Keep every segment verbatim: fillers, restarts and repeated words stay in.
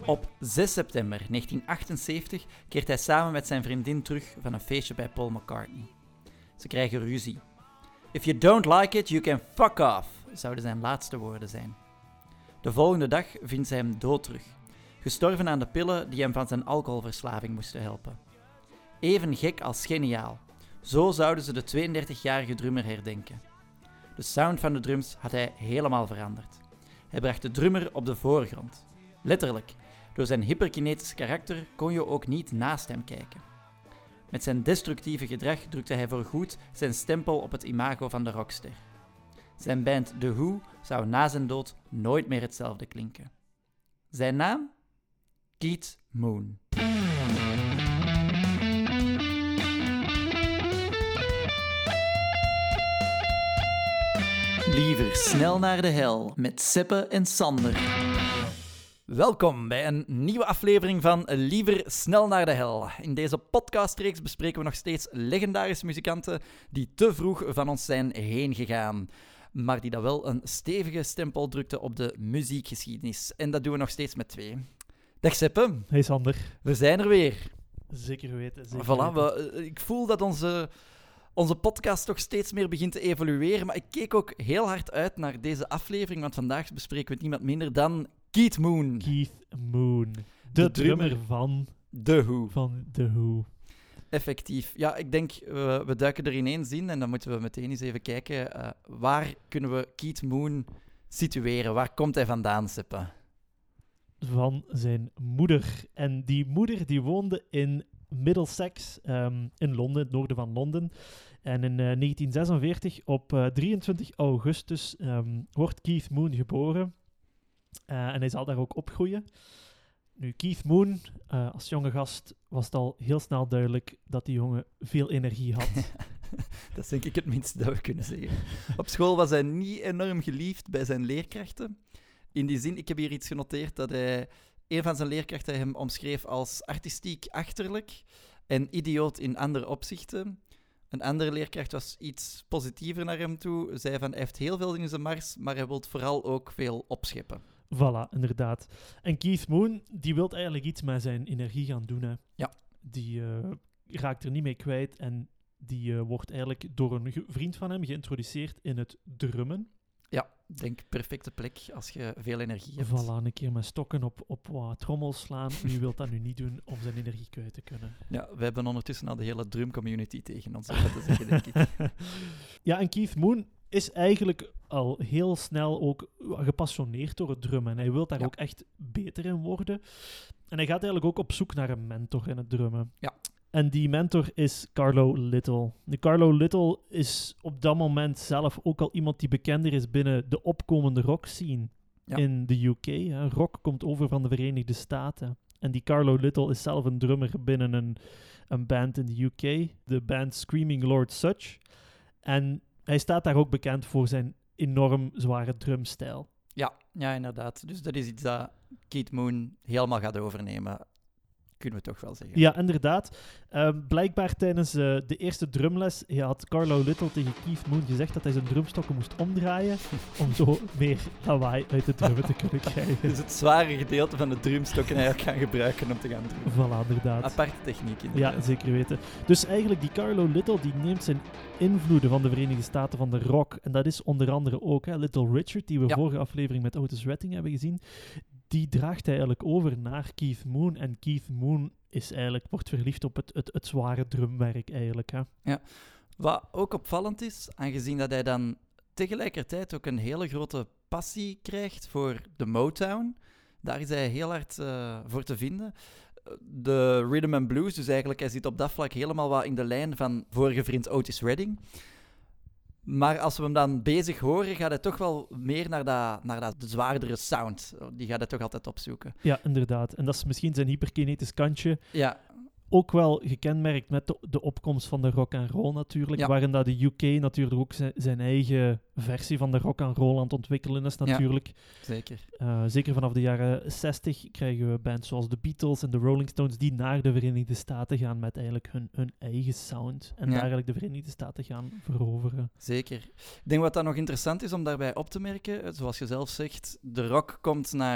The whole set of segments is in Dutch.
Op zes september negentien achtenzeventig keert hij samen met zijn vriendin terug van een feestje bij Paul McCartney. Ze krijgen ruzie. If you don't like it, you can fuck off, zouden zijn laatste woorden zijn. De volgende dag vindt zij hem dood terug, gestorven aan de pillen die hem van zijn alcoholverslaving moesten helpen. Even gek als geniaal. Zo zouden ze de tweeëndertigjarige drummer herdenken. De sound van de drums had hij helemaal veranderd. Hij bracht de drummer op de voorgrond. Letterlijk, door zijn hyperkinetisch karakter kon je ook niet naast hem kijken. Met zijn destructieve gedrag drukte hij voorgoed zijn stempel op het imago van de rockster. Zijn band The Who zou na zijn dood nooit meer hetzelfde klinken. Zijn naam? Keith Moon. Liever snel naar de hel met Seppe en Sander. Welkom bij een nieuwe aflevering van Liever snel naar de hel. In deze podcastreeks bespreken we nog steeds legendarische muzikanten die te vroeg van ons zijn heen gegaan, maar die dan wel een stevige stempel drukten op de muziekgeschiedenis. En dat doen we nog steeds met twee. Dag Seppe. Hey Sander. We zijn er weer. Zeker weten. Zeker voilà, weten. We, ik voel dat onze... Onze podcast toch steeds meer begint te evolueren, maar ik keek ook heel hard uit naar deze aflevering, want vandaag bespreken we niemand minder dan Keith Moon. Keith Moon. De, De drummer, drummer van... The Who. Van The Who. Effectief. Ja, ik denk, uh, we duiken er ineens in en dan moeten we meteen eens even kijken, uh, waar kunnen we Keith Moon situeren? Waar komt hij vandaan, Seppe? Van zijn moeder. En die moeder die woonde in Middlesex, um, in Londen, het noorden van Londen. En in uh, negentien zesenveertig, op uh, drieëntwintig augustus, um, wordt Keith Moon geboren. Uh, en hij zal daar ook opgroeien. Nu, Keith Moon, uh, als jonge gast, was het al heel snel duidelijk dat die jongen veel energie had. Dat is denk ik het minste dat we kunnen zeggen. Op school was hij niet enorm geliefd bij zijn leerkrachten. In die zin, ik heb hier iets genoteerd dat hij... Een van zijn leerkrachten hem omschreef als artistiek achterlijk en idioot in andere opzichten. Een andere leerkracht was iets positiever naar hem toe. Zei van, hij heeft heel veel in zijn mars, maar hij wil vooral ook veel opscheppen. Voilà, inderdaad. En Keith Moon, die wil eigenlijk iets met zijn energie gaan doen. Hè. Ja. Die uh, raakt er niet mee kwijt en die uh, wordt eigenlijk door een ge- vriend van hem geïntroduceerd in het drummen. Ja, ik denk perfecte plek als je veel energie hebt. Voilà, een keer met stokken op, op wat trommels slaan. Wie wil dat nu niet doen om zijn energie kwijt te kunnen? Ja, we hebben ondertussen al de hele drumcommunity tegen ons, om dat te zeggen, denk ik. Ja, en Keith Moon is eigenlijk al heel snel ook gepassioneerd door het drummen. En hij wil daar ja. ook echt beter in worden. En hij gaat eigenlijk ook op zoek naar een mentor in het drummen. Ja. En die mentor is Carlo Little. De Carlo Little is op dat moment zelf ook al iemand die bekender is binnen de opkomende rockscene ja. in de U K. Hè. Rock komt over van de Verenigde Staten. En die Carlo Little is zelf een drummer binnen een, een band in de U K. De band Screaming Lord Sutch. En hij staat daar ook bekend voor zijn enorm zware drumstijl. Ja, ja, inderdaad. Dus dat is iets dat Keith Moon helemaal gaat overnemen. Kunnen we toch wel zeggen. Ja, inderdaad. Uh, blijkbaar tijdens uh, de eerste drumles had Carlo Little tegen Keith Moon gezegd dat hij zijn drumstokken moest omdraaien om zo meer lawaai uit de drummen te kunnen krijgen. Dus het zware gedeelte van de drumstokken eigenlijk gaan gebruiken om te gaan drummen. Voilà, inderdaad. Aparte techniek inderdaad. Ja, zeker weten. Dus eigenlijk die Carlo Little die neemt zijn invloeden van de Verenigde Staten van de rock, en dat is onder andere ook hè, Little Richard, die we ja. vorige aflevering met Otis Redding hebben gezien, die draagt hij eigenlijk over naar Keith Moon. En Keith Moon is eigenlijk, wordt verliefd op het, het, het zware drumwerk eigenlijk. Hè. Ja. Wat ook opvallend is, aangezien dat hij dan tegelijkertijd ook een hele grote passie krijgt voor de Motown. Daar is hij heel hard uh, voor te vinden. De rhythm and blues, dus eigenlijk hij zit op dat vlak helemaal wat in de lijn van vorige vriend Otis Redding. Maar als we hem dan bezig horen, gaat hij toch wel meer naar dat, naar dat zwaardere sound. Die gaat hij toch altijd opzoeken. Ja, inderdaad. En dat is misschien zijn hyperkinetisch kantje. Ja. Ook wel gekenmerkt met de, de opkomst van de rock and roll natuurlijk. Ja. Waarin dat de U K natuurlijk ook zijn, zijn eigen versie van de rock and roll aan het ontwikkelen is natuurlijk. Ja, zeker. Uh, zeker vanaf de jaren zestig krijgen we bands zoals de Beatles en de Rolling Stones die naar de Verenigde Staten gaan met eigenlijk hun, hun eigen sound. En ja. daar eigenlijk de Verenigde Staten gaan veroveren. Zeker. Ik denk wat dan nog interessant is om daarbij op te merken, zoals je zelf zegt, de rock komt naar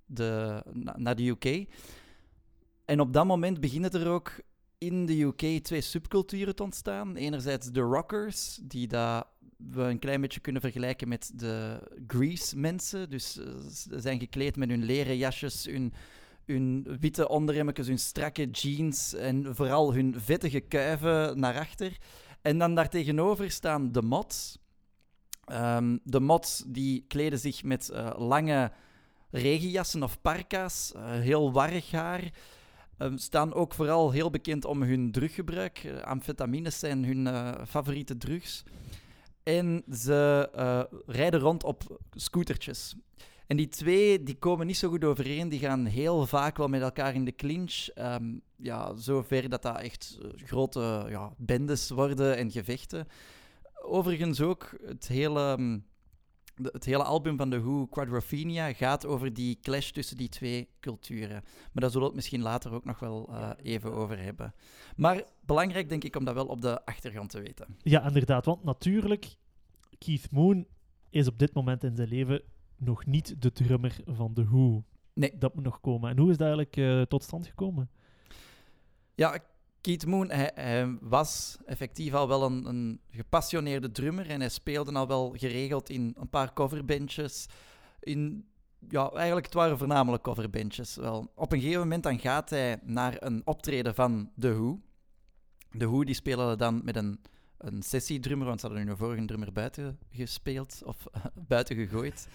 de, na, naar de U K. En op dat moment beginnen er ook in de U K twee subculturen te ontstaan. Enerzijds de rockers, die dat we een klein beetje kunnen vergelijken met de Grease-mensen. Dus uh, ze zijn gekleed met hun leren jasjes, hun, hun witte onderremmetjes, hun strakke jeans en vooral hun vettige kuiven naar achter. En dan daartegenover staan de mods. Um, de mods die kleden zich met uh, lange regenjassen of parka's, uh, heel warrig haar. Um, staan ook vooral heel bekend om hun druggebruik. Uh, amfetamines zijn hun uh, favoriete drugs. En ze uh, rijden rond op scootertjes. En die twee die komen niet zo goed overeen. Die gaan heel vaak wel met elkaar in de clinch. Um, ja, zover dat dat echt grote ja, bendes worden en gevechten. Overigens ook het hele, um, de, het hele album van The Who, Quadrophenia, gaat over die clash tussen die twee culturen. Maar daar zullen we het misschien later ook nog wel uh, even over hebben. Maar belangrijk denk ik om dat wel op de achtergrond te weten. Ja, inderdaad. Want natuurlijk, Keith Moon is op dit moment in zijn leven nog niet de drummer van The Who. Nee. Dat moet nog komen. En hoe is dat eigenlijk uh, tot stand gekomen? Ja, Keith Moon hij, hij was effectief al wel een, een gepassioneerde drummer en hij speelde al wel geregeld in een paar coverbandjes. In, ja, eigenlijk het waren voornamelijk coverbandjes. Wel, op een gegeven moment dan gaat hij naar een optreden van The Who. The Who die spelen dan met een, een sessiedrummer, want ze hadden hun vorige drummer buiten gespeeld of uh, buiten gegooid.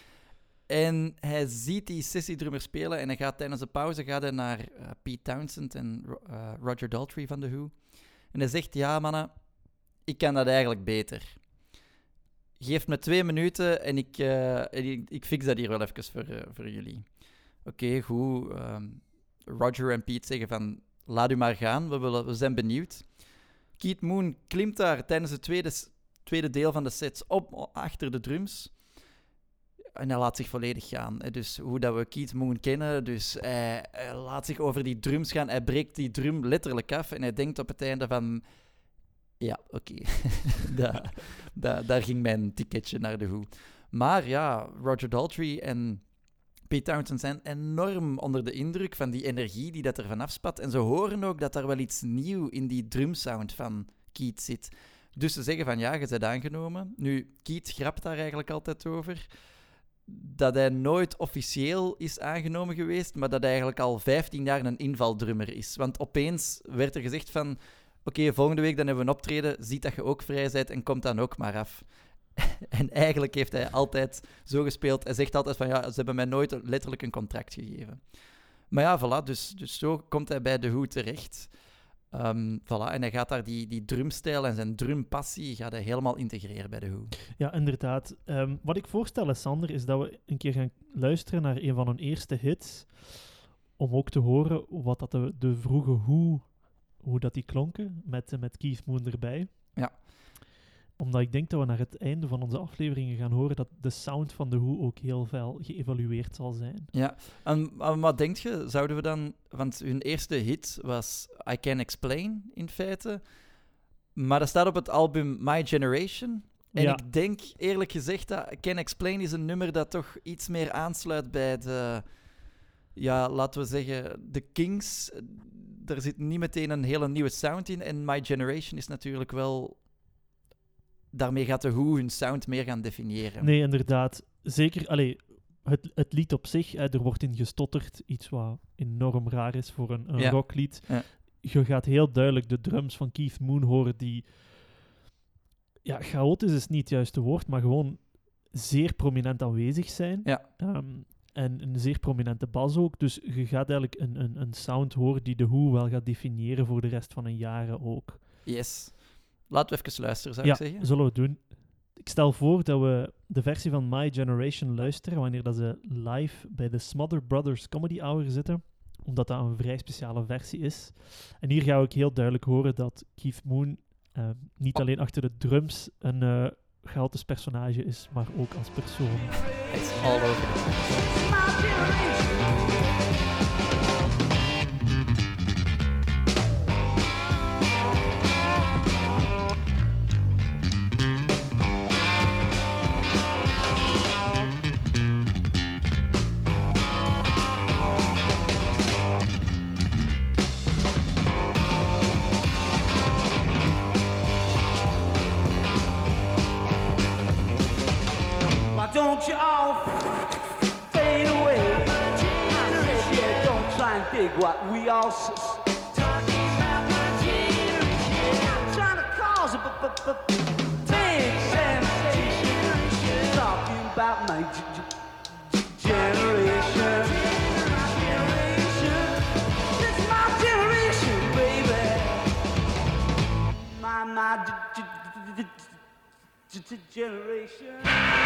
En hij ziet die sessiedrummer spelen en hij gaat tijdens de pauze gaat hij naar uh, Pete Townsend en uh, Roger Daltrey van The Who. En hij zegt, ja mannen, ik kan dat eigenlijk beter. Geef me twee minuten en ik, uh, en ik, ik fix dat hier wel even voor, uh, voor jullie. Oké, okay, goed. Um, Roger en Pete zeggen van, laat u maar gaan, we, willen, we zijn benieuwd. Keith Moon klimt daar tijdens het tweede, tweede deel van de sets op achter de drums. En hij laat zich volledig gaan. Dus hoe dat we Keith Moon kennen. Dus hij, hij laat zich over die drums gaan. Hij breekt die drum letterlijk af. En hij denkt op het einde van... Ja, oké. Okay. da, da, daar ging mijn ticketje naar de Who. Maar ja, Roger Daltrey en Pete Townsend zijn enorm onder de indruk van die energie die dat er vanaf spat. En ze horen ook dat er wel iets nieuw in die drumsound van Keith zit. Dus ze zeggen van ja, je bent aangenomen. Nu, Keith grapt daar eigenlijk altijd over... dat hij nooit officieel is aangenomen geweest, maar dat hij eigenlijk al vijftien jaar een invaldrummer is. Want opeens werd er gezegd van... Oké, okay, volgende week dan hebben we een optreden, ziet dat je ook vrij bent en komt dan ook maar af. En eigenlijk heeft hij altijd zo gespeeld. Hij zegt altijd van, ja, ze hebben mij nooit letterlijk een contract gegeven. Maar ja, voilà, dus, dus zo komt hij bij The Who terecht. Um, voilà, en hij gaat daar die, die drumstijl en zijn drumpassie gaat hij helemaal integreren bij The Who. Ja, inderdaad. Um, wat ik voorstel, Sander, is dat we een keer gaan luisteren naar een van hun eerste hits, om ook te horen wat dat de, de vroege Who, hoe dat die klonken, met, met Keith Moon erbij. Ja. Omdat ik denk dat we naar het einde van onze afleveringen gaan horen dat de sound van The Who ook heel veel geëvalueerd zal zijn. Ja, en, en wat denk je, zouden we dan... Want hun eerste hit was I Can't Explain, in feite. Maar dat staat op het album My Generation. En ja. ik denk, eerlijk gezegd, dat I Can't Explain is een nummer dat toch iets meer aansluit bij de... Ja, laten we zeggen, de Kings. Er zit niet meteen een hele nieuwe sound in. En My Generation is natuurlijk wel... Daarmee gaat de Who hun sound meer gaan definiëren. Nee, inderdaad. Zeker, allee, het, het lied op zich, hè, er wordt in gestotterd, iets wat enorm raar is voor een, een ja. rocklied. Ja. Je gaat heel duidelijk de drums van Keith Moon horen die... Ja, chaotisch is niet het juiste woord, maar gewoon zeer prominent aanwezig zijn. Ja. Um, en een zeer prominente bas ook. Dus je gaat eigenlijk een, een, een sound horen die de Who wel gaat definiëren voor de rest van hun jaren ook. Yes. Laten we even luisteren, zou ja, ik zeggen. zullen we doen. Ik stel voor dat we de versie van My Generation luisteren wanneer dat ze live bij de Smother Brothers Comedy Hour zitten, omdat dat een vrij speciale versie is. En hier ga ik heel duidelijk horen dat Keith Moon uh, niet oh. alleen achter de drums een uh, chaotisch personage is, maar ook als persoon. It's all over the place. what we all s- s- talking about my generation. I'm trying to cause a b- b- b- big sensation. Talking about my g- g- generation. My generation. It's my generation, baby. My my g- g- g- g- generation.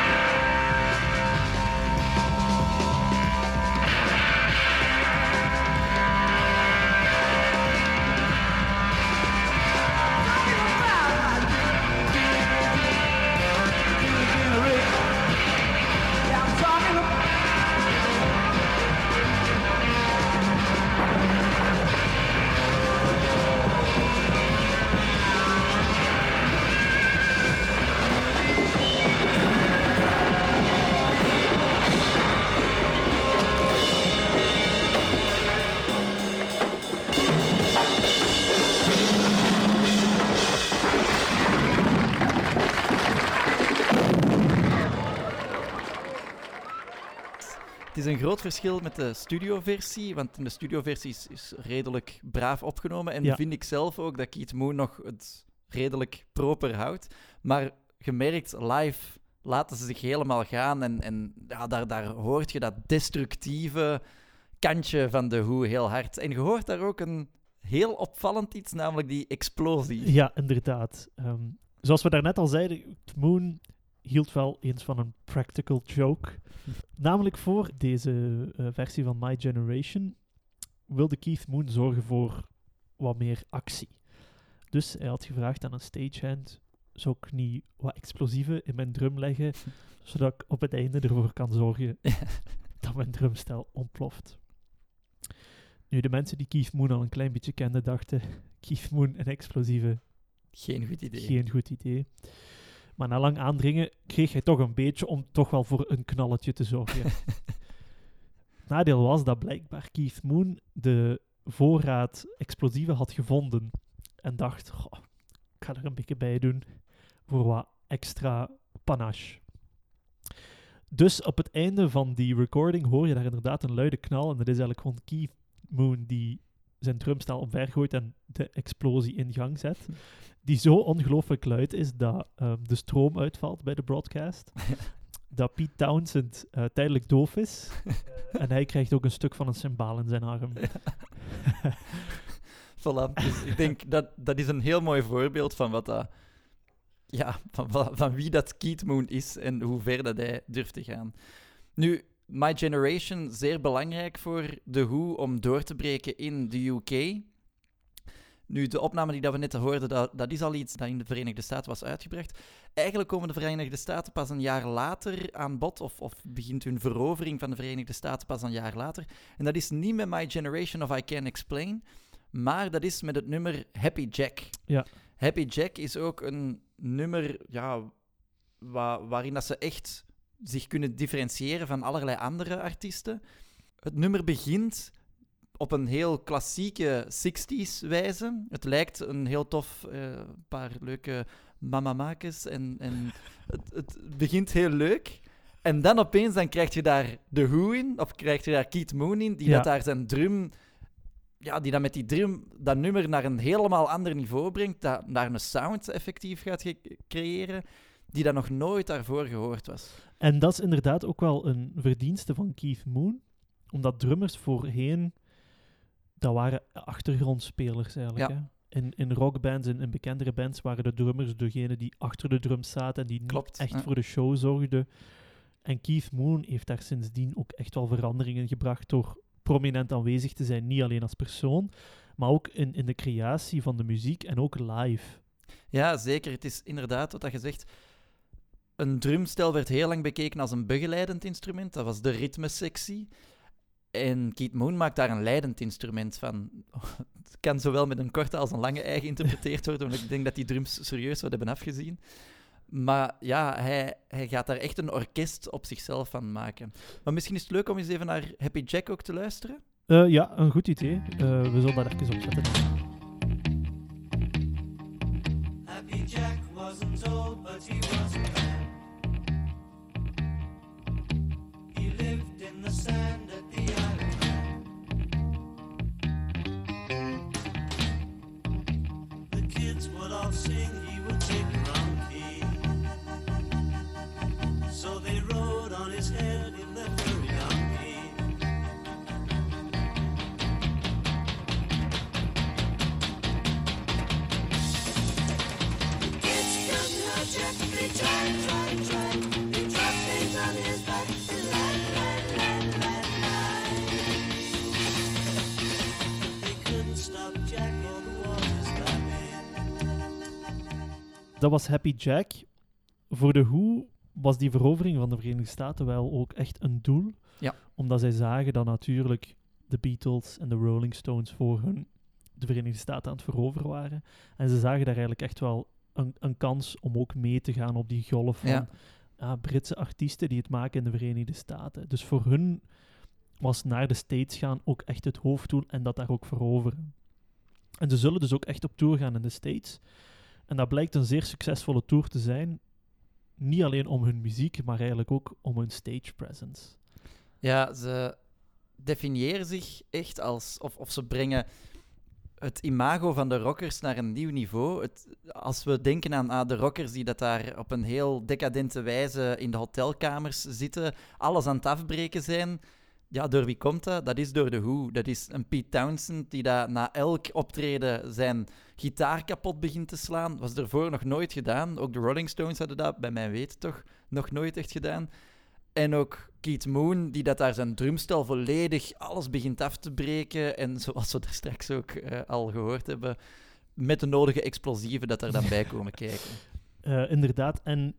Het is een groot verschil met de studioversie, want in de studioversie is, is redelijk braaf opgenomen. En Ja. vind ik zelf ook dat Keith Moon nog het redelijk proper houdt. Maar gemerkt, live laten ze zich helemaal gaan. En, en ja, daar, daar hoort je dat destructieve kantje van de Who heel hard. En je hoort daar ook een heel opvallend iets, namelijk die explosie. Ja, inderdaad. Ehm, zoals we daarnet al zeiden, Moon hield wel eens van een practical joke. Namelijk voor deze uh, versie van My Generation wilde Keith Moon zorgen voor wat meer actie. Dus hij had gevraagd aan een stagehand, zou ik niet wat explosieven in mijn drum leggen, zodat ik op het einde ervoor kan zorgen dat mijn drumstel ontploft. Nu, de mensen die Keith Moon al een klein beetje kenden, dachten Keith Moon en explosieven, Geen goed idee. geen goed idee. Maar na lang aandringen kreeg hij toch een beetje om toch wel voor een knalletje te zorgen. Het nadeel was dat blijkbaar Keith Moon de voorraad explosieven had gevonden. En dacht, goh, ik ga er een beetje bij doen voor wat extra panache. Dus op het einde van die recording hoor je daar inderdaad een luide knal. En dat is eigenlijk gewoon Keith Moon die zijn drumstel omvergooit en de explosie in gang zet. Die zo ongelooflijk luid is dat um, de stroom uitvalt bij de broadcast. Dat Pete Townsend uh, tijdelijk doof is. En hij krijgt ook een stuk van een cymbaal in zijn arm. Voilà. Dus ik denk dat dat is een heel mooi voorbeeld van wat dat, ja, van, van, van wie dat Keith Moon is en hoe ver dat hij durft te gaan. Nu, My Generation, zeer belangrijk voor The Who om door te breken in de U K. Nu, de opname die dat we net hoorden, dat, dat is al iets dat in de Verenigde Staten was uitgebracht. Eigenlijk komen de Verenigde Staten pas een jaar later aan bod, of, of begint hun verovering van de Verenigde Staten pas een jaar later. En dat is niet met My Generation of I Can't Explain, maar dat is met het nummer Happy Jack. Ja. Happy Jack is ook een nummer ja, wa- waarin dat ze echt zich kunnen differentiëren van allerlei andere artiesten. Het nummer begint op een heel klassieke zestig's wijze. Het lijkt een heel tof, een uh, paar leuke mamamakes en, en het, het begint heel leuk. En dan opeens dan krijg je daar The Who in, of krijg je daar Keith Moon in, die Ja. dat daar zijn drum, ja, die dat met die drum dat nummer naar een helemaal ander niveau brengt, dat naar een sound effectief gaat ge- creëren, die dat nog nooit daarvoor gehoord was. En dat is inderdaad ook wel een verdienste van Keith Moon, omdat drummers voorheen, dat waren achtergrondspelers eigenlijk. Ja. Hè? In, in rockbands en in, in bekendere bands waren de drummers degene die achter de drums zaten en die niet Klopt, echt ja. voor de show zorgden. En Keith Moon heeft daar sindsdien ook echt wel veranderingen gebracht door prominent aanwezig te zijn, niet alleen als persoon, maar ook in, in de creatie van de muziek en ook live. Ja, zeker. Het is inderdaad wat dat je zegt. Een drumstel werd heel lang bekeken als een begeleidend instrument. Dat was de ritmesectie. En Keith Moon maakt daar een leidend instrument van. Het kan zowel met een korte als een lange ei geïnterpreteerd worden, want ik denk dat die drums serieus wat hebben afgezien. Maar ja, hij, hij gaat daar echt een orkest op zichzelf van maken. Maar misschien is het leuk om eens even naar Happy Jack ook te luisteren. Uh, ja, een goed idee. Uh, we zullen dat even opzetten. Happy Jack wasn't old, but he wasn't fat. He lived in the sand at the island. mates would all sing, he would take the wrong key. So they rode on his head in their very donkey. Kids couldn't hurt Jack, they tried, tried, tried. They dropped things on his back, and lied, lied, lied, lied, lied. They couldn't stop Jack or the waters back. Dat was Happy Jack. Voor de Who was die verovering van de Verenigde Staten wel ook echt een doel. Ja. Omdat zij zagen dat natuurlijk de Beatles en de Rolling Stones voor hun de Verenigde Staten aan het veroveren waren. En ze zagen daar eigenlijk echt wel een, een kans om ook mee te gaan op die golf van Ja. ah, Britse artiesten die het maken in de Verenigde Staten. Dus voor hun was naar de States gaan ook echt het hoofddoel en dat daar ook veroveren. En ze zullen dus ook echt op tour gaan in de States. En dat blijkt een zeer succesvolle tour te zijn. Niet alleen om hun muziek, maar eigenlijk ook om hun stage presence. Ja, ze definiëren zich echt als... Of, of ze brengen het imago van de rockers naar een nieuw niveau. Het, als we denken aan ah, de rockers die dat daar op een heel decadente wijze in de hotelkamers zitten, alles aan het afbreken zijn... Ja, door wie komt dat? Dat is door de Who. Dat is een Pete Townshend die dat na elk optreden zijn gitaar kapot begint te slaan. Was ervoor nog nooit gedaan. Ook de Rolling Stones hadden dat, bij mijn weten toch, nog nooit echt gedaan. En ook Keith Moon, die dat daar zijn drumstel volledig alles begint af te breken. En zoals we er straks ook uh, al gehoord hebben, met de nodige explosieven dat er dan bij komen kijken. Uh, inderdaad, en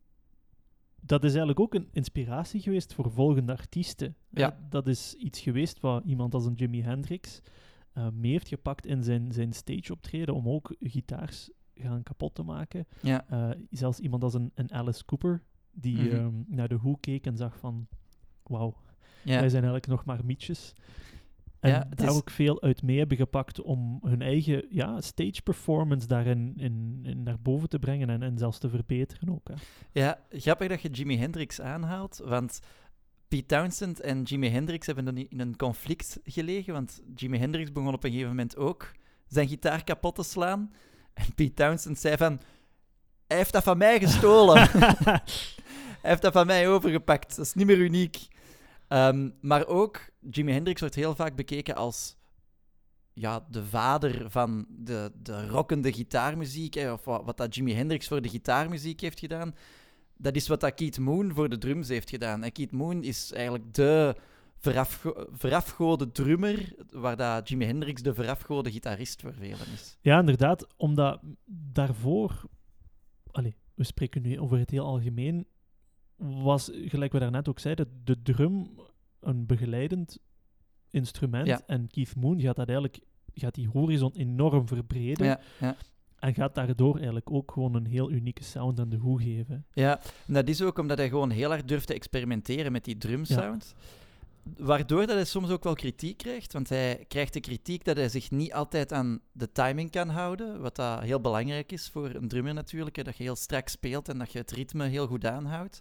dat is eigenlijk ook een inspiratie geweest voor volgende artiesten. Ja. Uh, dat is iets geweest wat iemand als een Jimi Hendrix uh, mee heeft gepakt in zijn, zijn stage-optreden om ook gitaars gaan kapot te maken. Ja. Uh, zelfs iemand als een, een Alice Cooper, die Mhm. um, naar de Who keek en zag van, wauw, Ja. wij zijn eigenlijk nog maar mietjes. En Ja, het daar is- ook veel uit mee hebben gepakt om hun eigen ja, stage performance daarin in, in naar boven te brengen en, en zelfs te verbeteren ook. Hè. Ja, grappig dat je Jimi Hendrix aanhaalt, want Pete Townshend en Jimi Hendrix hebben dan in een conflict gelegen, want Jimi Hendrix begon op een gegeven moment ook zijn gitaar kapot te slaan. En Pete Townshend zei van, hij heeft dat van mij gestolen. Hij heeft dat van mij overgepakt. Dat is niet meer uniek. Um, maar ook, Jimi Hendrix wordt heel vaak bekeken als ja, de vader van de, de rockende gitaarmuziek, hè, of wat, wat dat Jimi Hendrix voor de gitaarmuziek heeft gedaan. Dat is wat dat Keith Moon voor de drums heeft gedaan. En Keith Moon is eigenlijk de verafgo- verafgode drummer, waar dat Jimi Hendrix de verafgode gitarist voor velen is. Ja, inderdaad, omdat daarvoor, allee, we spreken nu over het heel algemeen, was, gelijk we daarnet ook zeiden, de drum een begeleidend instrument. Ja. En Keith Moon gaat dat eigenlijk, gaat die horizon enorm verbreden. Ja, ja. En gaat daardoor eigenlijk ook gewoon een heel unieke sound aan de Who geven. Ja, en dat is ook omdat hij gewoon heel hard durft te experimenteren met die drumsound. Waardoor dat hij soms ook wel kritiek krijgt, want hij krijgt de kritiek dat hij zich niet altijd aan de timing kan houden, wat dat heel belangrijk is voor een drummer natuurlijk, hè, dat je heel strak speelt en dat je het ritme heel goed aanhoudt.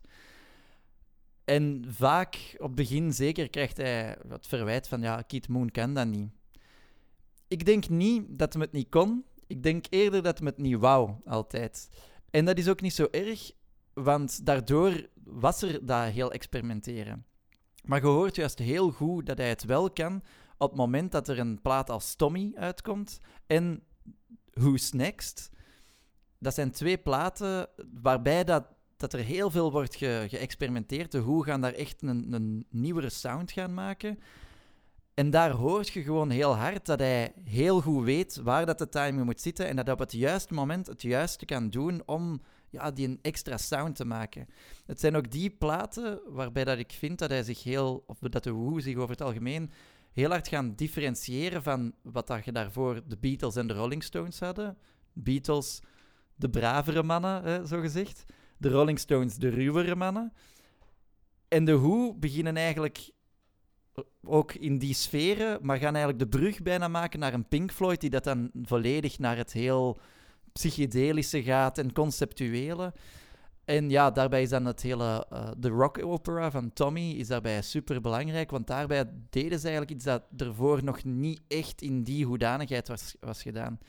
En vaak, op het begin zeker, krijgt hij het verwijt van, ja, Keith Moon kan dat niet. Ik denk niet dat hij het niet kon, ik denk eerder dat hij het niet wou, altijd. En dat is ook niet zo erg, want daardoor was er dat heel experimenteren. Maar je hoort juist heel goed dat hij het wel kan op het moment dat er een plaat als Tommy uitkomt en Who's Next. Dat zijn twee platen waarbij dat, dat er heel veel wordt ge, geëxperimenteerd. De Who gaan daar echt een, een nieuwere sound gaan maken. En daar hoort je gewoon heel hard dat hij heel goed weet waar dat de timing moet zitten en dat hij op het juiste moment het juiste kan doen om ja, die een extra sound te maken. Het zijn ook die platen waarbij dat ik vind dat hij zich heel, of dat de Who zich over het algemeen heel hard gaan differentiëren van wat dat je daarvoor de Beatles en de Rolling Stones hadden. Beatles, de bravere mannen, hè, zo gezegd. De Rolling Stones, de ruwere mannen. En de Who beginnen eigenlijk ook in die sferen, maar gaan eigenlijk de brug bijna maken naar een Pink Floyd, die dat dan volledig naar het heel psychedelische gaat en conceptuele. En ja, daarbij is dan het hele... Uh, de rock opera van Tommy is daarbij super belangrijk, want daarbij deden ze eigenlijk iets dat ervoor nog niet echt in die hoedanigheid was, was gedaan.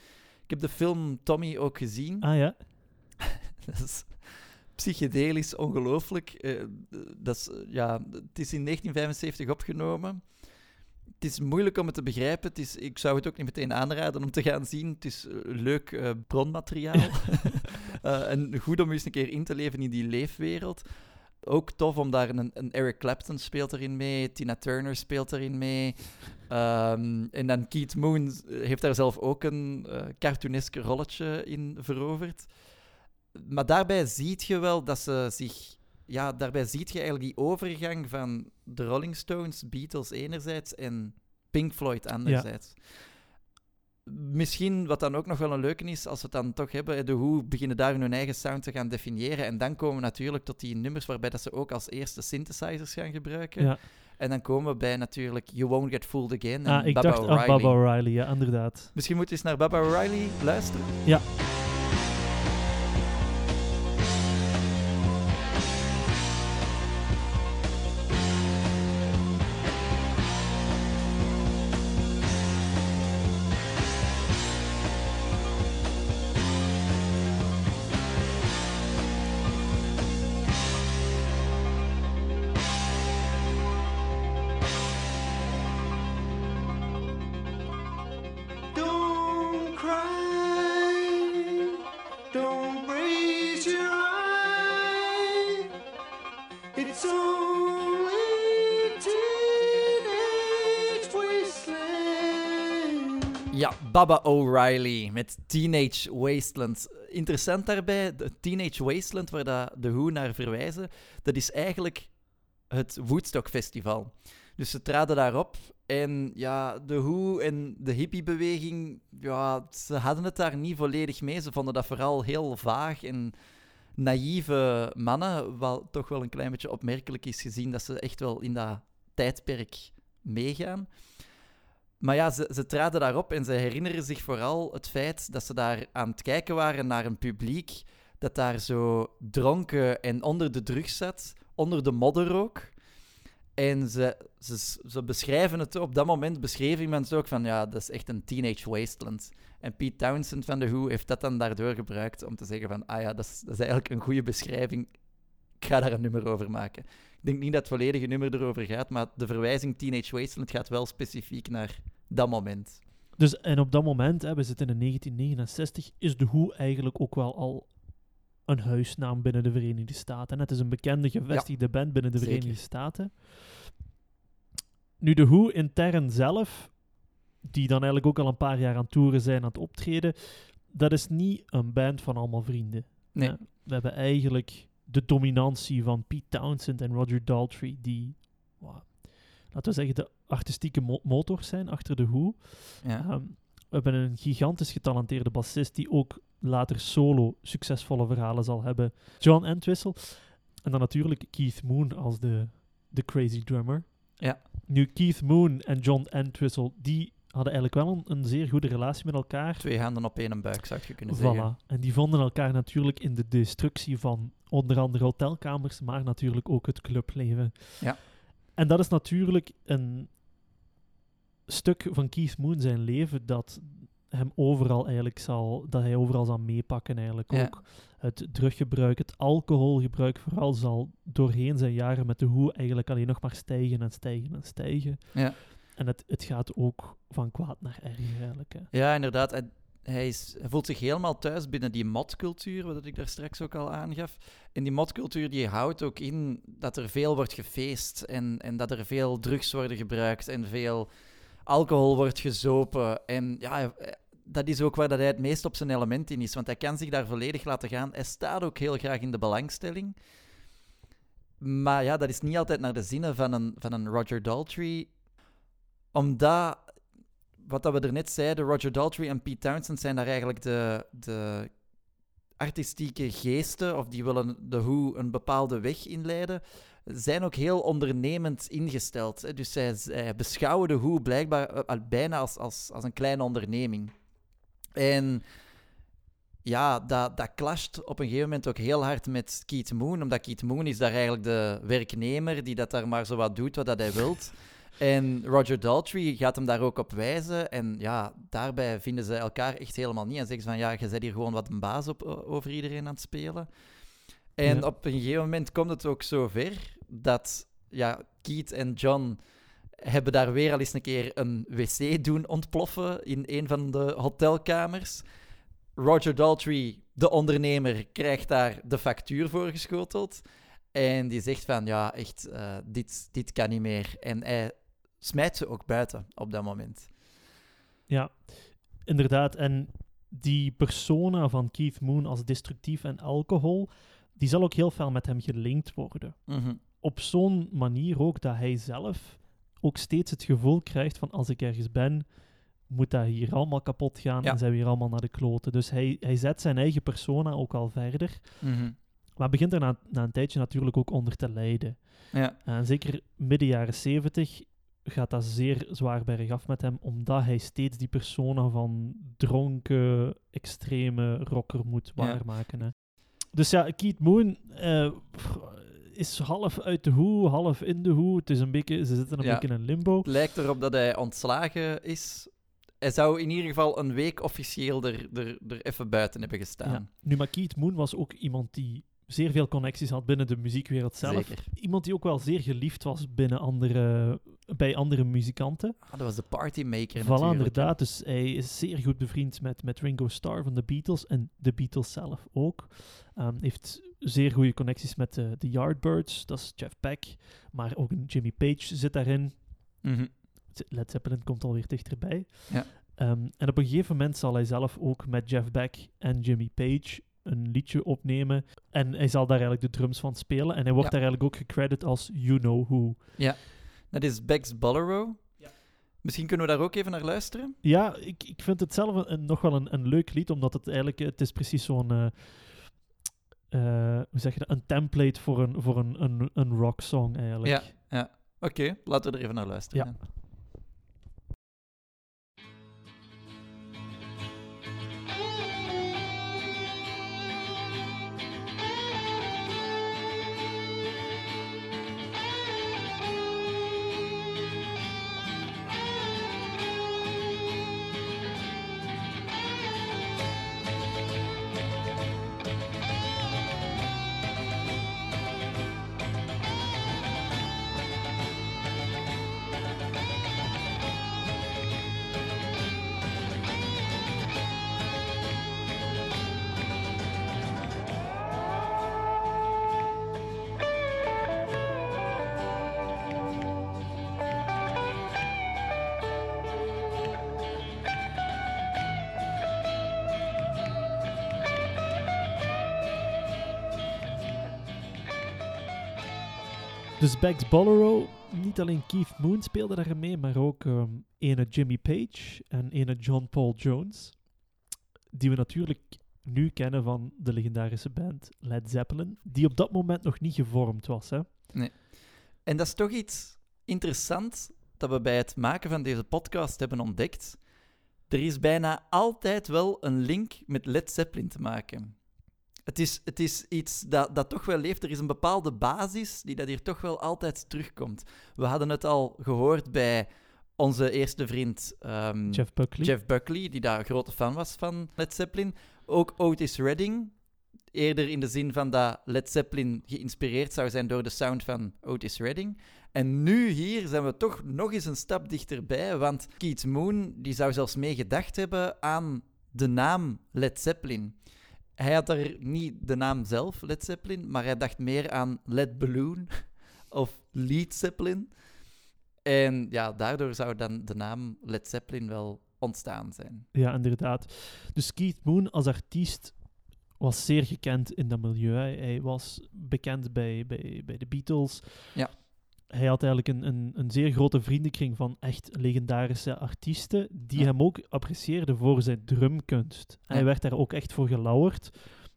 Ik heb de film Tommy ook gezien. Ah ja? Dat is psychedelisch, ongelooflijk. Uh, dat is, uh, ja, het is in negentien vijfenzeventig opgenomen. Het is moeilijk om het te begrijpen. Het is, ik zou het ook niet meteen aanraden om te gaan zien. Het is uh, leuk uh, bronmateriaal. uh, en goed om eens een keer in te leven in die leefwereld. Ook tof om daar een, een Eric Clapton speelt erin mee, Tina Turner speelt erin mee. Um, en dan Keith Moon heeft daar zelf ook een uh, cartooneske rolletje in veroverd. Maar daarbij zie je wel dat ze zich... Ja, daarbij zie je eigenlijk die overgang van de Rolling Stones, Beatles enerzijds en Pink Floyd anderzijds. Ja. Misschien wat dan ook nog wel een leuke is, als we het dan toch hebben, de Who beginnen daar hun eigen sound te gaan definiëren. En dan komen we natuurlijk tot die nummers waarbij dat ze ook als eerste synthesizers gaan gebruiken. Ja. En dan komen we bij natuurlijk You Won't Get Fooled Again en ah, ik Baba dacht O'Reilly. Ah, Baba O'Reilly, ja, inderdaad. Misschien moet je eens naar Baba O'Reilly luisteren. Ja. Ja, Baba O'Reilly met Teenage Wasteland. Interessant daarbij, de Teenage Wasteland, waar dat de Who naar verwijzen, dat is eigenlijk het Woodstock Festival. Dus ze traden daarop en ja, de Who en de hippiebeweging, ja, ze hadden het daar niet volledig mee. Ze vonden dat vooral heel vaag en naïeve mannen, wat toch wel een klein beetje opmerkelijk is gezien dat ze echt wel in dat tijdperk meegaan. Maar ja, ze, ze traden daarop en ze herinneren zich vooral het feit dat ze daar aan het kijken waren naar een publiek dat daar zo dronken en onder de drugs zat, onder de modder ook. En ze, ze, ze beschrijven het, op dat moment beschreef iemand ook van, ja, dat is echt een teenage wasteland. En Pete Townshend van The Who heeft dat dan daardoor gebruikt om te zeggen van, ah ja, dat is, dat is eigenlijk een goede beschrijving. Ik ga daar een nummer over maken. Ik denk niet dat het volledige nummer erover gaat, maar de verwijzing Teenage Wasteland gaat wel specifiek naar dat moment. Dus, en op dat moment, hè, we zitten in negentien negenenzestig, is The Who eigenlijk ook wel al een huisnaam binnen de Verenigde Staten. En het is een bekende, gevestigde ja, band binnen de zeker. Verenigde Staten. Nu, The Who intern zelf, die dan eigenlijk ook al een paar jaar aan toeren zijn, aan het optreden, dat is niet een band van allemaal vrienden. Nee. Uh, we hebben eigenlijk de dominantie van Pete Townshend en Roger Daltrey, die, wow, laten we zeggen, de artistieke mo- motors zijn achter The Who. Ja. Um, we hebben een gigantisch getalenteerde bassist die ook later solo succesvolle verhalen zal hebben. John Entwistle. En dan natuurlijk Keith Moon als de, de crazy drummer. Ja. Nu, Keith Moon en John Entwistle, die hadden eigenlijk wel een, een zeer goede relatie met elkaar. Twee handen op één buik, zou je kunnen Voilà. zeggen. En die vonden elkaar natuurlijk in de destructie van onder andere hotelkamers, maar natuurlijk ook het clubleven. Ja. En dat is natuurlijk een stuk van Keith Moon zijn leven dat hem overal eigenlijk zal, dat hij overal zal meepakken eigenlijk Ja. ook. Het druggebruik, het alcoholgebruik vooral zal doorheen zijn jaren met de Who eigenlijk alleen nog maar stijgen en stijgen en stijgen. Ja. En het, het gaat ook van kwaad naar erger eigenlijk. Hè. Ja, inderdaad. Hij, hij, is, hij voelt zich helemaal thuis binnen die modcultuur, wat ik daar straks ook al aangaf. En die modcultuur die houdt ook in dat er veel wordt gefeest en, en dat er veel drugs worden gebruikt en veel alcohol wordt gezopen. En ja, dat is ook waar dat hij het meest op zijn element in is, want hij kan zich daar volledig laten gaan. Hij staat ook heel graag in de belangstelling. Maar ja, dat is niet altijd naar de zinnen van een, van een Roger Daltrey, omdat, wat dat we er net zeiden, Roger Daltrey en Pete Townshend zijn daar eigenlijk de, de artistieke geesten, of die willen de Who een bepaalde weg inleiden, zijn ook heel ondernemend ingesteld. Hè. Dus zij, zij beschouwen de Who blijkbaar uh, bijna als, als, als een kleine onderneming. En ja, dat, dat clasht op een gegeven moment ook heel hard met Keith Moon, omdat Keith Moon is daar eigenlijk de werknemer die dat daar maar zo wat doet wat dat hij wilt. En Roger Daltrey gaat hem daar ook op wijzen. En ja, daarbij vinden ze elkaar echt helemaal niet. En zeggen ze van, ja, je bent hier gewoon wat een baas op, over iedereen aan het spelen. En Ja. op een gegeven moment komt het ook zo ver dat ja, Keith en John hebben daar weer al eens een keer een wc doen ontploffen in een van de hotelkamers. Roger Daltrey, de ondernemer, krijgt daar de factuur voor geschoteld. En die zegt van, ja, echt, uh, dit, dit kan niet meer. En hij smijt ze ook buiten op dat moment. Ja, inderdaad. En die persona van Keith Moon als destructief en alcohol, die zal ook heel veel met hem gelinkt worden. Mm-hmm. Op zo'n manier ook dat hij zelf ook steeds het gevoel krijgt van als ik ergens ben, moet dat hier allemaal kapot gaan Ja. en zijn we hier allemaal naar de kloten. Dus hij, hij zet zijn eigen persona ook al verder. Mm-hmm. Maar begint er na, na een tijdje natuurlijk ook onder te lijden. Ja. En zeker midden jaren zeventig gaat dat zeer zwaar bergaf met hem, omdat hij steeds die persona van dronken, extreme rocker moet Ja. waarmaken. Hè. Dus ja, Keith Moon eh, is half uit de hoe, half in de hoe. Het is een beetje, ze zitten een Ja. beetje in een limbo. Het lijkt erop dat hij ontslagen is. Hij zou in ieder geval een week officieel er, er, er even buiten hebben gestaan. Ja. Nu, maar Keith Moon was ook iemand die zeer veel connecties had binnen de muziekwereld zelf. Zeker. Iemand die ook wel zeer geliefd was binnen andere, bij andere muzikanten. Ah, dat was de partymaker Voilà, natuurlijk. inderdaad. Dus hij is zeer goed bevriend met, met Ringo Starr van de Beatles en de Beatles zelf ook. Um, heeft zeer goede connecties met de, de Yardbirds, dat is Jeff Beck. Maar ook een Jimmy Page zit daarin. Mhm. Led Zeppelin komt alweer dichterbij. Ja. Um, en op een gegeven moment zal hij zelf ook met Jeff Beck en Jimmy Page een liedje opnemen. En hij zal daar eigenlijk de drums van spelen. En hij wordt Ja. daar eigenlijk ook gecredit als You Know Who. Dat is Bex Bolero. Ja. Misschien kunnen we daar ook even naar luisteren. Ja, ik, ik vind het zelf een, een- nog wel een, een leuk lied, omdat het eigenlijk... Het is precies zo'n... eh, eh, hoe zeg je dat? Een template voor een, voor een, een, een rocksong, eigenlijk. Ja, ja. Oké, okay, laten we er even naar luisteren. Ja. dan. Dus Bex Bolero, niet alleen Keith Moon speelde daarin mee, maar ook um, ene Jimmy Page en ene John Paul Jones, die we natuurlijk nu kennen van de legendarische band Led Zeppelin, die op dat moment nog niet gevormd was. Hè? En dat is toch iets interessants dat we bij het maken van deze podcast hebben ontdekt. Er is bijna altijd wel een link met Led Zeppelin te maken. Het is, het is iets dat, dat toch wel leeft. Er is een bepaalde basis die dat hier toch wel altijd terugkomt. We hadden het al gehoord bij onze eerste vriend um, Jeff Buckley. Jeff Buckley, die daar een grote fan was van Led Zeppelin. Ook Otis Redding, eerder in de zin van dat Led Zeppelin geïnspireerd zou zijn door de sound van Otis Redding. En nu hier zijn we toch nog eens een stap dichterbij, want Keith Moon die zou zelfs mee gedacht hebben aan de naam Led Zeppelin. Hij had er niet de naam zelf, Led Zeppelin, maar hij dacht meer aan Led Balloon of Lead Zeppelin. En ja, daardoor zou dan de naam Led Zeppelin wel ontstaan zijn. Ja, inderdaad. Dus Keith Moon als artiest was zeer gekend in dat milieu. Hij, hij was bekend bij, bij, bij de Beatles. Ja. Hij had eigenlijk een, een, een zeer grote vriendenkring van echt legendarische artiesten die Ja. hem ook apprecieerden voor zijn drumkunst. Hij Ja. werd daar ook echt voor gelauwerd.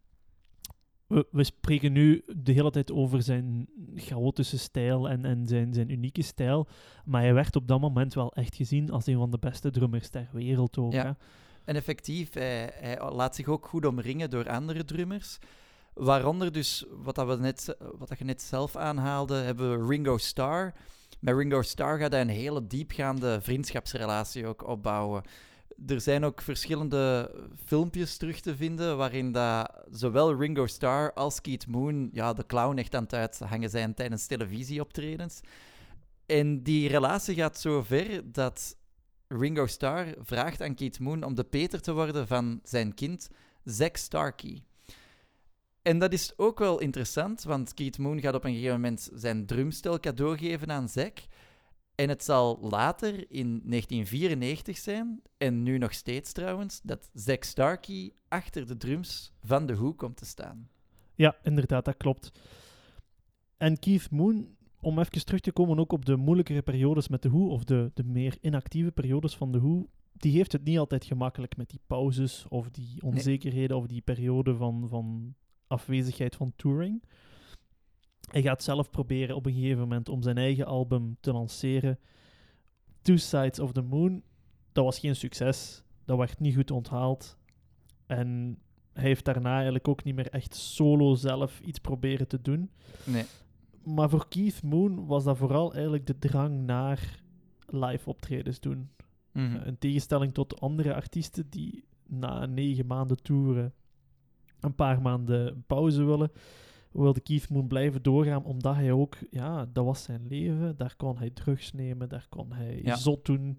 We, we spreken nu de hele tijd over zijn chaotische stijl en, en zijn, zijn unieke stijl, maar hij werd op dat moment wel echt gezien als een van de beste drummers ter wereld ook. Ja. Hè? En effectief, hij, hij laat zich ook goed omringen door andere drummers. Waaronder dus, wat, dat we net, wat dat je net zelf aanhaalde, hebben we Ringo Starr. met Ringo Starr gaat hij een hele diepgaande vriendschapsrelatie ook opbouwen. Er zijn ook verschillende filmpjes terug te vinden waarin dat zowel Ringo Starr als Keith Moon ja, de clown echt aan het uithangen zijn tijdens televisieoptredens. En die relatie gaat zo ver dat Ringo Starr vraagt aan Keith Moon om de Peter te worden van zijn kind, Zack Starkey. En dat is ook wel interessant, want Keith Moon gaat op een gegeven moment zijn drumstel cadeau geven aan Zack. En het zal later, in negentien vierennegentig zijn, en nu nog steeds trouwens, dat Zack Starkey achter de drums van The Who komt te staan. Ja, inderdaad, dat klopt. En Keith Moon, om even terug te komen ook op de moeilijkere periodes met The Who, of de, de meer inactieve periodes van The Who, die heeft het niet altijd gemakkelijk met die pauzes, of die onzekerheden, nee. of die periode van, van afwezigheid van touring. Hij gaat zelf proberen op een gegeven moment om zijn eigen album te lanceren. Two Sides of the Moon. Dat was geen succes. Dat werd niet goed onthaald. En hij heeft daarna eigenlijk ook niet meer echt solo zelf iets proberen te doen. Nee. Maar voor Keith Moon was dat vooral eigenlijk de drang naar live optredens doen. Mm-hmm. Uh, in tegenstelling tot andere artiesten die na negen maanden toeren een paar maanden pauze willen, wilde Keith Moon blijven doorgaan, omdat hij ook, ja, dat was zijn leven. Daar kon hij drugs nemen, daar kon hij ja. zot doen.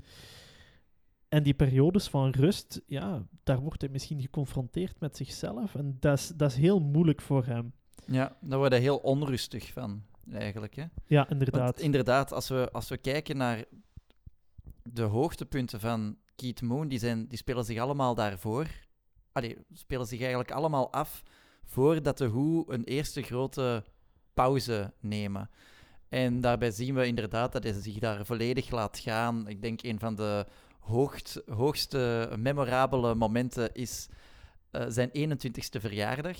En die periodes van rust, ja, daar wordt hij misschien geconfronteerd met zichzelf. En dat is, dat is heel moeilijk voor hem. Ja, daar word je heel onrustig van, eigenlijk. Hè? Ja, inderdaad. Want inderdaad, als we, als we kijken naar de hoogtepunten van Keith Moon, die, zijn, die spelen zich allemaal daarvoor. Allee, spelen zich eigenlijk allemaal af voordat de Who een eerste grote pauze nemen. En daarbij zien we inderdaad dat hij zich daar volledig laat gaan. Ik denk een van de hoogst, hoogste memorabele momenten is uh, zijn eenentwintigste verjaardag.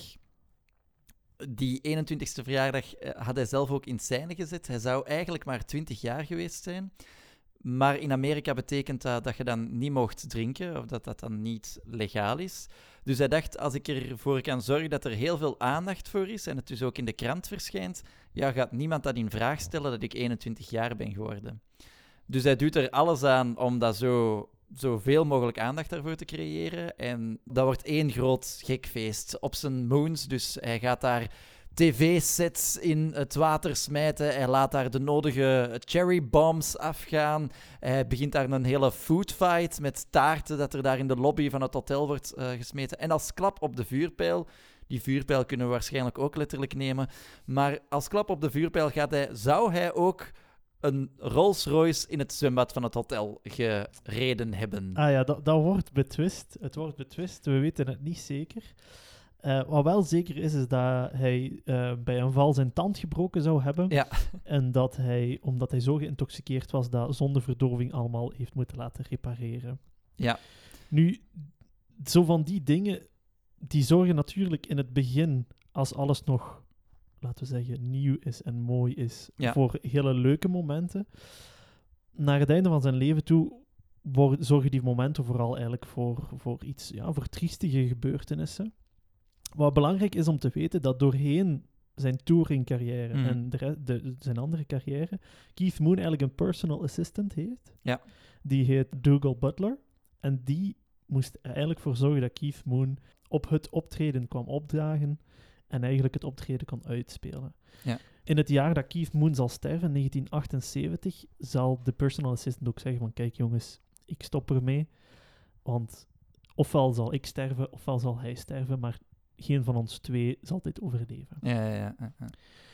Die eenentwintigste verjaardag uh, had hij zelf ook in scène gezet. Hij zou eigenlijk maar twintig jaar geweest zijn. Maar in Amerika betekent dat dat je dan niet mocht drinken, of dat dat dan niet legaal is. Dus hij dacht, als ik ervoor kan zorgen dat er heel veel aandacht voor is, en het dus ook in de krant verschijnt, ja, gaat niemand dat in vraag stellen dat ik eenentwintig jaar ben geworden. Dus hij doet er alles aan om dat zo, zoveel mogelijk aandacht daarvoor te creëren. En dat wordt één groot gekfeest op zijn Moons. Dus hij gaat daar tv-sets in het water smijten. Hij laat daar de nodige cherry bombs afgaan. Hij begint daar een hele foodfight met taarten dat er daar in de lobby van het hotel wordt uh, gesmeten. En als klap op de vuurpijl, die vuurpijl kunnen we waarschijnlijk ook letterlijk nemen, maar als klap op de vuurpijl gaat hij, zou hij ook een Rolls-Royce in het zwembad van het hotel gereden hebben. Ah ja, dat, dat wordt betwist. Het wordt betwist. We weten het niet zeker. Uh, wat wel zeker is, is dat hij uh, bij een val zijn tand gebroken zou hebben. Ja. En dat hij, omdat hij zo geïntoxiceerd was, dat zonder verdoving allemaal heeft moeten laten repareren. Ja. Nu, zo van die dingen, die zorgen natuurlijk in het begin, als alles nog, laten we zeggen, nieuw is en mooi is, ja. voor hele leuke momenten. Naar het einde van zijn leven toe worden, zorgen die momenten vooral eigenlijk voor, voor iets, ja, voor triestige gebeurtenissen. Wat belangrijk is om te weten, dat doorheen zijn touringcarrière mm. en de re- de, zijn andere carrière, Keith Moon eigenlijk een personal assistant heeft. Ja. Die heet Dougal Butler. En die moest er eigenlijk voor zorgen dat Keith Moon op het optreden kwam opdragen en eigenlijk het optreden kon uitspelen. Ja. In het jaar dat Keith Moon zal sterven, negentien achtenzeventig, zal de personal assistant ook zeggen van, kijk jongens, ik stop ermee, want ofwel zal ik sterven, ofwel zal hij sterven, maar geen van ons twee zal dit overleven. Ja, ja, ja, ja.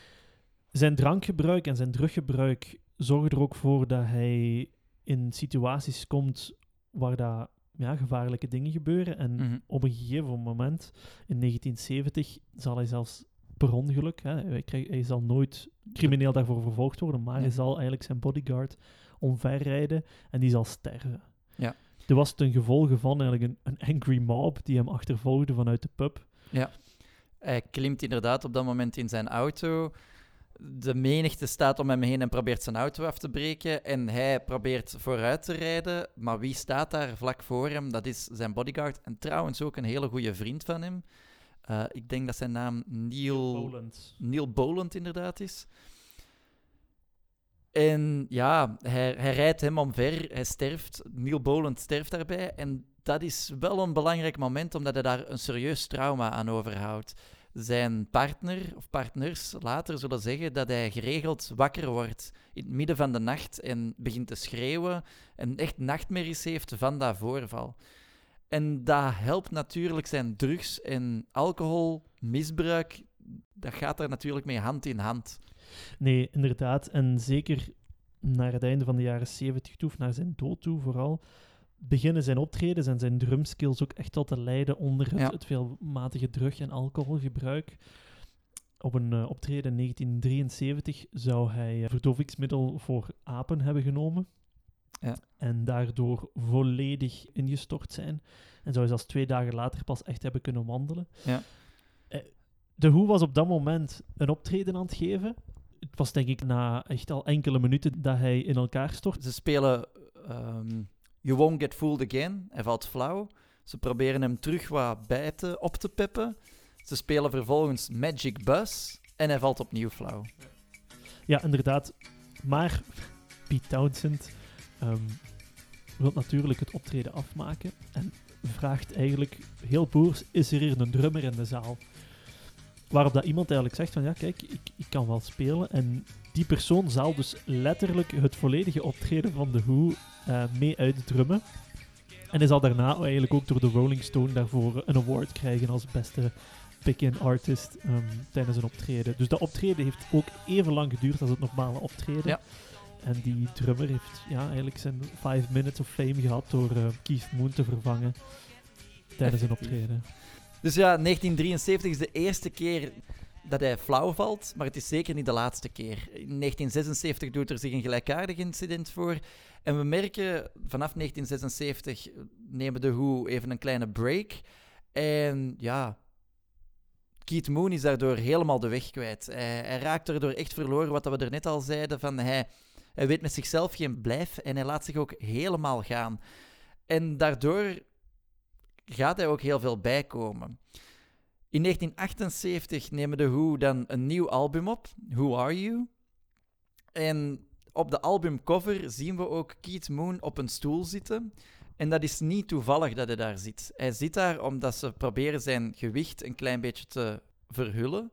Zijn drankgebruik en zijn druggebruik zorgen er ook voor dat hij in situaties komt waar dat, ja, gevaarlijke dingen gebeuren. En Mm-hmm. op een gegeven moment, in negentien zeventig, zal hij zelfs per ongeluk, hè, hij, krijgt, hij zal nooit crimineel daarvoor vervolgd worden, maar ja. hij zal eigenlijk zijn bodyguard omverrijden en die zal sterven. Ja. Er was ten gevolge van eigenlijk een, een angry mob die hem achtervolgde vanuit de pub. Ja, hij klimt inderdaad op dat moment in zijn auto. De menigte staat om hem heen en probeert zijn auto af te breken. En hij probeert vooruit te rijden. Maar wie staat daar vlak voor hem? Dat is zijn bodyguard. En trouwens ook een hele goede vriend van hem. Uh, ik denk dat zijn naam Neil... Boland. Neil Boland inderdaad is. En ja, hij, hij rijdt hem omver, hij sterft. Neil Boland sterft daarbij. En dat is wel een belangrijk moment, omdat hij daar een serieus trauma aan overhoudt. Zijn partner of partners later zullen zeggen dat hij geregeld wakker wordt in het midden van de nacht en begint te schreeuwen en echt nachtmerries heeft van dat voorval. En dat helpt natuurlijk zijn drugs- en alcoholmisbruik. Dat gaat er natuurlijk mee hand in hand. Nee, inderdaad. En zeker naar het einde van de jaren zeventig toe, of naar zijn dood toe vooral, beginnen zijn optredens en zijn drumskills ook echt al te lijden onder het, Ja. het veelmatige drug- en alcoholgebruik. Op een uh, optreden in negentien drieënzeventig zou hij uh, verdovingsmiddel voor apen hebben genomen. Ja. En daardoor volledig ingestort zijn. En zou hij zelfs twee dagen later pas echt hebben kunnen wandelen. Ja. Uh, de Who was op dat moment een optreden aan het geven. Het was denk ik na echt al enkele minuten dat hij in elkaar stort. Ze spelen um, You Won't Get Fooled Again. Hij valt flauw. Ze proberen hem terug wat bij te, op te peppen. Ze spelen vervolgens Magic Bus. En hij valt opnieuw flauw. Ja, inderdaad. Maar Pete Townshend um, wil natuurlijk het optreden afmaken. En vraagt eigenlijk heel boers, is er hier een drummer in de zaal? Waarop dat iemand eigenlijk zegt van, ja kijk, ik, ik kan wel spelen. En die persoon zal dus letterlijk het volledige optreden van The Who uh, mee uitdrummen. En hij zal daarna eigenlijk ook door de Rolling Stone daarvoor een award krijgen als beste pick-in artist um, tijdens een optreden. Dus dat optreden heeft ook even lang geduurd als het normale optreden. Ja. En die drummer heeft ja, eigenlijk zijn five minutes of fame gehad door uh, Keith Moon te vervangen tijdens een optreden. Dus ja, negentien drieënzeventig is de eerste keer dat hij flauw valt, maar het is zeker niet de laatste keer. In negentien zesenzeventig doet er zich een gelijkaardig incident voor. En we merken, vanaf negentien zesenzeventig nemen de Who even een kleine break. En ja, Keith Moon is daardoor helemaal de weg kwijt. Hij, hij raakt erdoor echt verloren, wat we er net al zeiden, van hij, hij weet met zichzelf geen blijf en hij laat zich ook helemaal gaan. En daardoor gaat hij ook heel veel bijkomen. In negentien achtenzeventig nemen de Who dan een nieuw album op, Who Are You? En op de albumcover zien we ook Keith Moon op een stoel zitten. En dat is niet toevallig dat hij daar zit. Hij zit daar omdat ze proberen zijn gewicht een klein beetje te verhullen.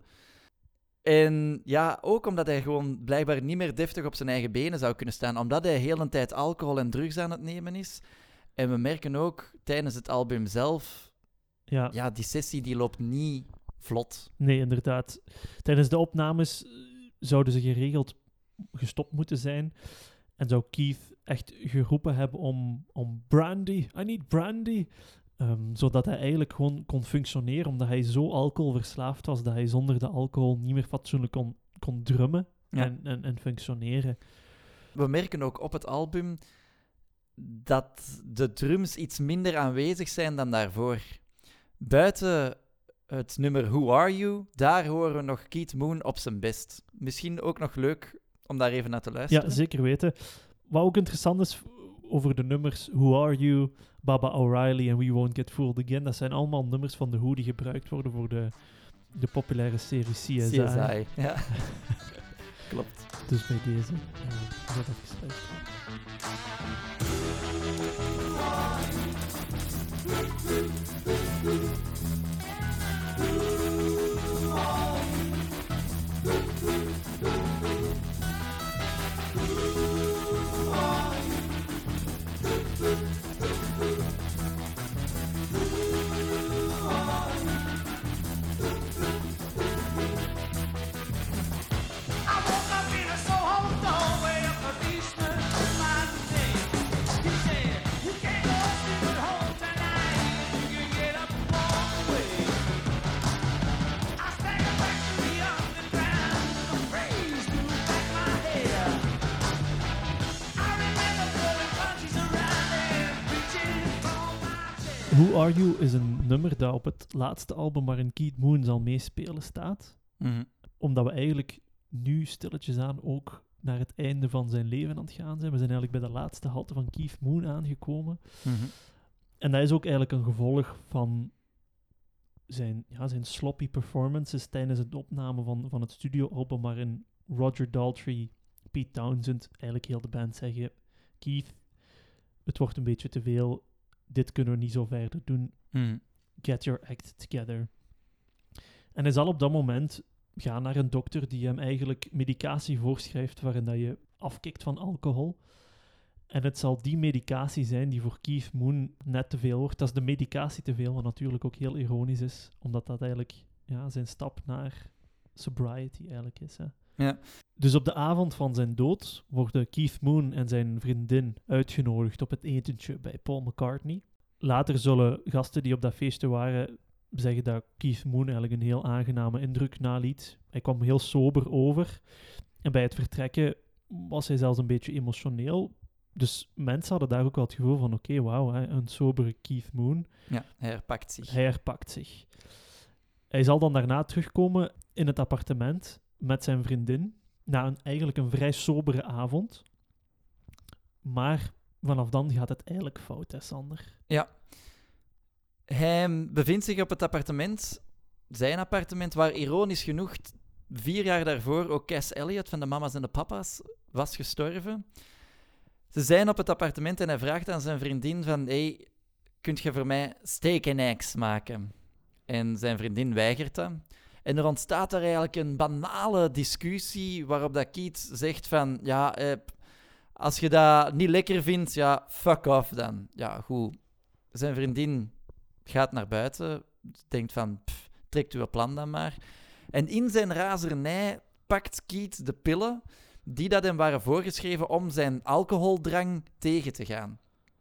En ja, ook omdat hij gewoon blijkbaar niet meer deftig op zijn eigen benen zou kunnen staan, omdat hij heel een tijd alcohol en drugs aan het nemen is. En we merken ook tijdens het album zelf, Ja. ja, die sessie die loopt niet vlot. Nee, inderdaad. Tijdens de opnames uh, zouden ze geregeld gestopt moeten zijn. En zou Keith echt geroepen hebben om, om brandy, I need brandy. Um, zodat hij eigenlijk gewoon kon functioneren, omdat hij zo alcoholverslaafd was, dat hij zonder de alcohol niet meer fatsoenlijk kon, kon drummen Ja. en, en, en functioneren. We merken ook op het album dat de drums iets minder aanwezig zijn dan daarvoor. Buiten het nummer Who Are You, daar horen we nog Keith Moon op zijn best. Misschien ook nog leuk om daar even naar te luisteren. Ja, zeker weten. Wat ook interessant is over de nummers Who Are You, Baba O'Reilly en We Won't Get Fooled Again, dat zijn allemaal nummers van de Who die gebruikt worden voor de, de populaire serie C S I. C S I, ja. Klopt. Dus bij deze uh, dat even luisteren. I woke up in a Soho doorway up a Eastern Monday. He said, "You can't go sleep at home tonight. You can get up and walk away." I staggered back to the underground with a phrase to back my head. I remember throwing punches around and reaching for my chest. Who Are You is een nummer dat op het laatste album waarin Keith Moon zal meespelen staat. Mhm. Omdat we eigenlijk nu stilletjes aan ook naar het einde van zijn leven aan het gaan zijn. We zijn eigenlijk bij de laatste halte van Keith Moon aangekomen. Mhm. En dat is ook eigenlijk een gevolg van zijn, ja, zijn sloppy performances tijdens het opname van, van het studioalbum waarin Roger Daltrey Pete Townsend, eigenlijk heel de band zeggen, Keith, het wordt een beetje te veel, dit kunnen we niet zo verder doen, Mhm. get your act together. En hij zal op dat moment gaan naar een dokter die hem eigenlijk medicatie voorschrijft waarin dat je afkikt van alcohol. En het zal die medicatie zijn die voor Keith Moon net te veel wordt. Dat is de medicatie te veel, wat natuurlijk ook heel ironisch is, omdat dat eigenlijk ja, zijn stap naar sobriety eigenlijk is. Hè. Ja. Dus op de avond van zijn dood worden Keith Moon en zijn vriendin uitgenodigd op het etentje bij Paul McCartney. Later zullen gasten die op dat feestje waren zeggen dat Keith Moon eigenlijk een heel aangename indruk naliet. Hij kwam heel sober over. En bij het vertrekken was hij zelfs een beetje emotioneel. Dus mensen hadden daar ook wel het gevoel van, oké, okay, wauw, hè, een sobere Keith Moon. Ja, hij herpakt zich. Hij herpakt zich. Hij zal dan daarna terugkomen in het appartement met zijn vriendin, na een, eigenlijk een vrij sobere avond. Maar vanaf dan gaat het eigenlijk fout, hè, Sander? Ja. Hij bevindt zich op het appartement, zijn appartement, waar ironisch genoeg t- vier jaar daarvoor ook Cass Elliot van de Mama's en de Papa's was gestorven. Ze zijn op het appartement en hij vraagt aan zijn vriendin van, hey, kunt je voor mij steak and eggs maken? En zijn vriendin weigert dat. En er ontstaat er eigenlijk een banale discussie waarop dat Keith zegt van, ja, eh, als je dat niet lekker vindt, ja, fuck off dan. Ja, goed. Zijn vriendin gaat naar buiten, denkt van, pff, trekt uw plan dan maar. En in zijn razernij pakt Keith de pillen die dat hem waren voorgeschreven om zijn alcoholdrang tegen te gaan.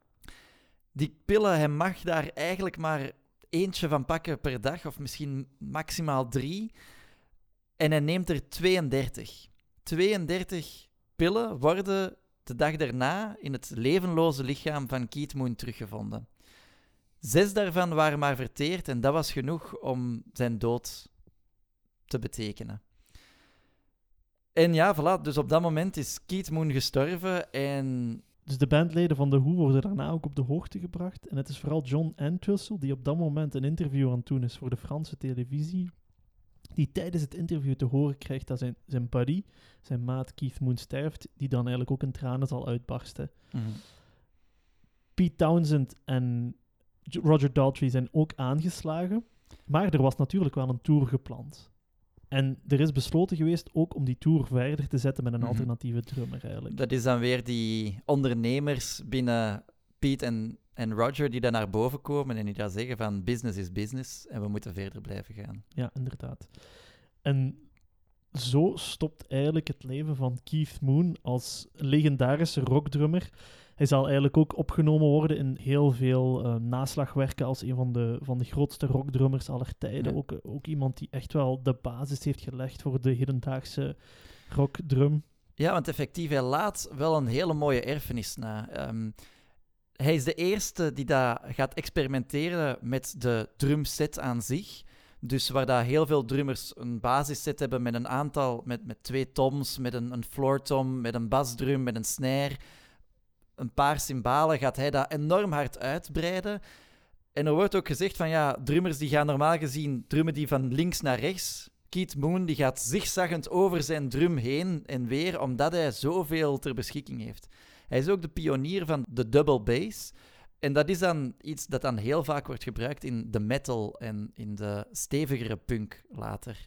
Die pillen, hij mag daar eigenlijk maar eentje van pakken per dag, of misschien maximaal drie. En hij neemt er tweeëndertig. tweeëndertig pillen worden de dag daarna in het levenloze lichaam van Keith Moon teruggevonden. Zes daarvan waren maar verteerd en dat was genoeg om zijn dood te betekenen. En ja, voilà, dus op dat moment is Keith Moon gestorven en... Dus de bandleden van The Who worden daarna ook op de hoogte gebracht. En het is vooral John Entwistle die op dat moment een interview aan het doen is voor de Franse televisie. Die tijdens het interview te horen krijgt dat zijn, zijn buddy, zijn maat Keith Moon sterft, die dan eigenlijk ook in tranen zal uitbarsten. Mm-hmm. Pete Townsend en Roger Daltrey zijn ook aangeslagen. Maar er was natuurlijk wel een tour gepland. En er is besloten geweest ook om die tour verder te zetten met een Mm-hmm. alternatieve drummer eigenlijk. Dat is dan weer die ondernemers binnen Pete en, en Roger die daar naar boven komen en die daar zeggen van business is business en we moeten verder blijven gaan. Ja, inderdaad. En zo stopt eigenlijk het leven van Keith Moon als legendarische rockdrummer. Hij zal eigenlijk ook opgenomen worden in heel veel uh, naslagwerken als een van de, van de grootste rockdrummers aller tijden. Ja. Ook, ook iemand die echt wel de basis heeft gelegd voor de hedendaagse rockdrum. Ja, want effectief, hij laat wel een hele mooie erfenis na. Um, hij is de eerste die daar gaat experimenteren met de drumset aan zich. Dus waar dat heel veel drummers een basisset hebben met een aantal, met, met twee toms, met een, een floor tom, met een basdrum, met een snare, een paar cymbalen, gaat hij dat enorm hard uitbreiden. En er wordt ook gezegd van, ja, drummers die gaan normaal gezien drummen die van links naar rechts. Keith Moon die gaat zigzaggend over zijn drum heen en weer, omdat hij zoveel ter beschikking heeft. Hij is ook de pionier van de double bass. En dat is dan iets dat dan heel vaak wordt gebruikt in de metal en in de stevigere punk later.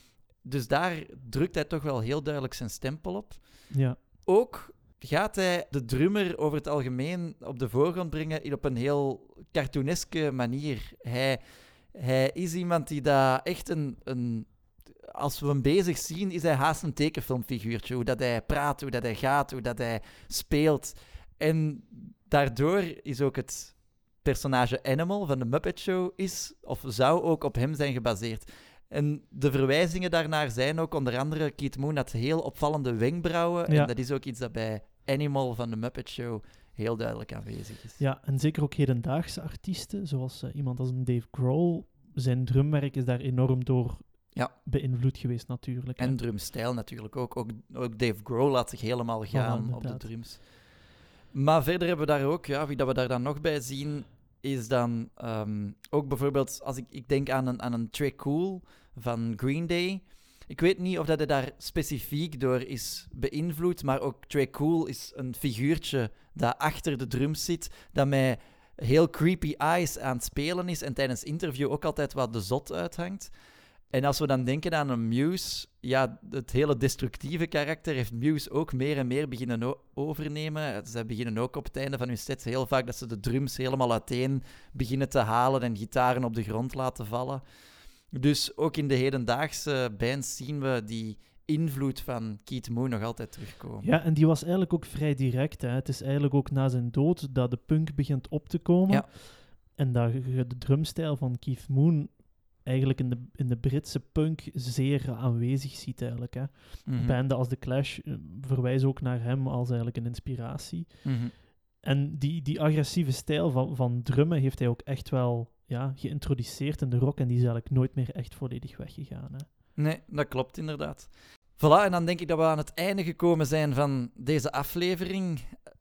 Dus daar drukt hij toch wel heel duidelijk zijn stempel op. Ja. Ook gaat hij de drummer over het algemeen op de voorgrond brengen op een heel cartooneske manier. Hij, hij is iemand die daar echt een, een... Als we hem bezig zien, is hij haast een tekenfilmfiguurtje. Hoe dat hij praat, hoe dat hij gaat, hoe dat hij speelt. En daardoor is ook het personage Animal van de Muppet Show is, of zou ook op hem zijn gebaseerd. En de verwijzingen daarnaar zijn ook onder andere, Keith Moon had heel opvallende wenkbrauwen. Ja. En dat is ook iets dat bij Animal van de Muppet Show heel duidelijk aanwezig is. Ja, en zeker ook hedendaagse artiesten, zoals uh, iemand als een Dave Grohl. Zijn drumwerk is daar enorm door Ja. beïnvloed geweest natuurlijk. hè. En drumstijl natuurlijk ook. ook. Ook Dave Grohl laat zich helemaal gaan op de inderdaad. drums. Maar verder hebben we daar ook, ja, wie dat we daar dan nog bij zien, is dan um, ook bijvoorbeeld, als ik, ik denk aan een, aan een Trey Cool van Green Day. Ik weet niet of dat hij daar specifiek door is beïnvloed, maar ook Tré Cool is een figuurtje dat achter de drums zit, dat met heel creepy eyes aan het spelen is en tijdens interview ook altijd wat de zot uithangt. En als we dan denken aan een Muse, ja, het hele destructieve karakter heeft Muse ook meer en meer beginnen o- overnemen. Ze beginnen ook op het einde van hun sets heel vaak dat ze de drums helemaal uiteen beginnen te halen en gitaren op de grond laten vallen. Dus ook in de hedendaagse bands zien we die invloed van Keith Moon nog altijd terugkomen. Ja, en die was eigenlijk ook vrij direct. Hè. Het is eigenlijk ook na zijn dood dat de punk begint op te komen. Ja. En dat je de drumstijl van Keith Moon eigenlijk in de, in de Britse punk zeer aanwezig ziet eigenlijk. Hè. Mhm. Banden als The Clash eh, verwijzen ook naar hem als eigenlijk een inspiratie. Mhm. En die, die agressieve stijl van, van drummen heeft hij ook echt wel ja, geïntroduceerd in de rock en die is eigenlijk nooit meer echt volledig weggegaan. Hè. Nee, dat klopt inderdaad. Voilà, en dan denk ik dat we aan het einde gekomen zijn van deze aflevering.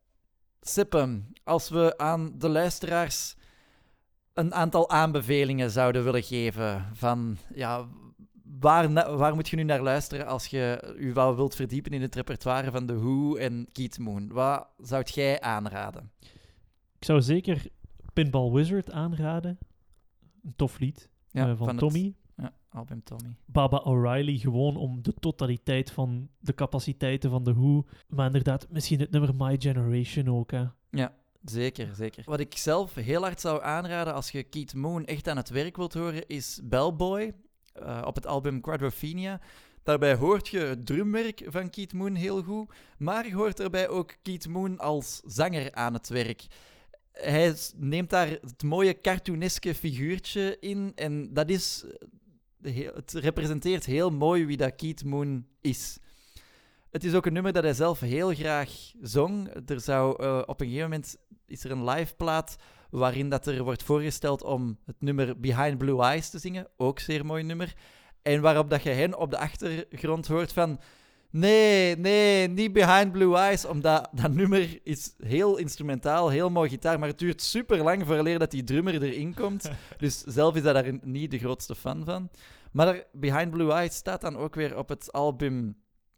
Sippe, als we aan de luisteraars een aantal aanbevelingen zouden willen geven van, ja, waar, na- waar moet je nu naar luisteren als je je wel wilt verdiepen in het repertoire van The Who en Keith Moon? Wat zou jij aanraden? Ik zou zeker Pinball Wizard aanraden. Een tof lied Ja, eh, van, het- Tommy. Ja, album Tommy. Baba O'Reilly, gewoon om de totaliteit van de capaciteiten van The Who. Maar inderdaad, misschien het nummer My Generation ook. Hè. Ja, zeker, zeker. Wat ik zelf heel hard zou aanraden als je Keith Moon echt aan het werk wilt horen, is Bellboy uh, op het album Quadrophenia. Daarbij hoort je het drumwerk van Keith Moon heel goed, maar je hoort daarbij ook Keith Moon als zanger aan het werk. Hij s- neemt daar het mooie cartooneske figuurtje in en dat is, eh, heel- het representeert heel mooi wie dat Keith Moon is. Het is ook een nummer dat hij zelf heel graag zong. Er zou, uh, op een gegeven moment is er een liveplaat waarin dat er wordt voorgesteld om het nummer Behind Blue Eyes te zingen. Ook zeer mooi nummer. En waarop dat je hen op de achtergrond hoort van... Nee, nee, niet Behind Blue Eyes, omdat dat nummer is heel instrumentaal, heel mooi gitaar, maar het duurt super lang vooraleer dat die drummer erin komt. Dus zelf is dat daar niet de grootste fan van. Maar er- Behind Blue Eyes staat dan ook weer op het album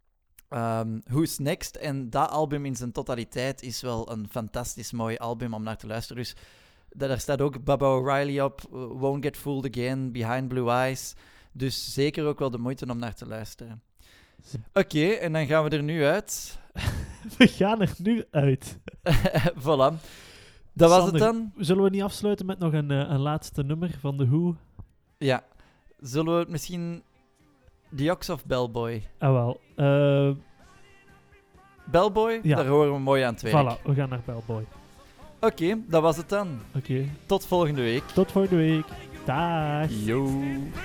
um, Who's Next. En dat album in zijn totaliteit is wel een fantastisch mooi album om naar te luisteren. Dus da- daar staat ook Baba O'Reilly op, uh, Won't Get Fooled Again, Behind Blue Eyes. Dus zeker ook wel de moeite om naar te luisteren. Oké, en dan gaan we er nu uit. We gaan er nu uit. Voilà. Dat was het Sander, dan. Zullen we niet afsluiten met nog een, eh, een laatste nummer van The Who? Ja. Zullen we het misschien... The Ox of Bellboy? Ah wel. eh, Bellboy? Ja. Daar horen we mooi aan het werk. voilà, we gaan naar Bellboy. Oké, dat was het dan. Oké, Tot volgende week. tot volgende week. Dag. Yo.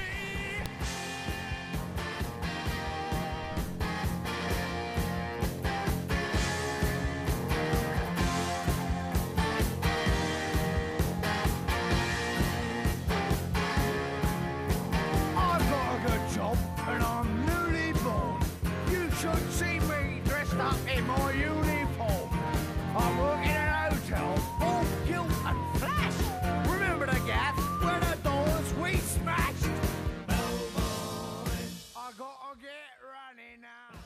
I've got a good job and I'm newly born. You should see me dressed up in my uniform. I work in a hotel, all guilt and flash. Remember the gap where the doors we smashed? I gotta get running now.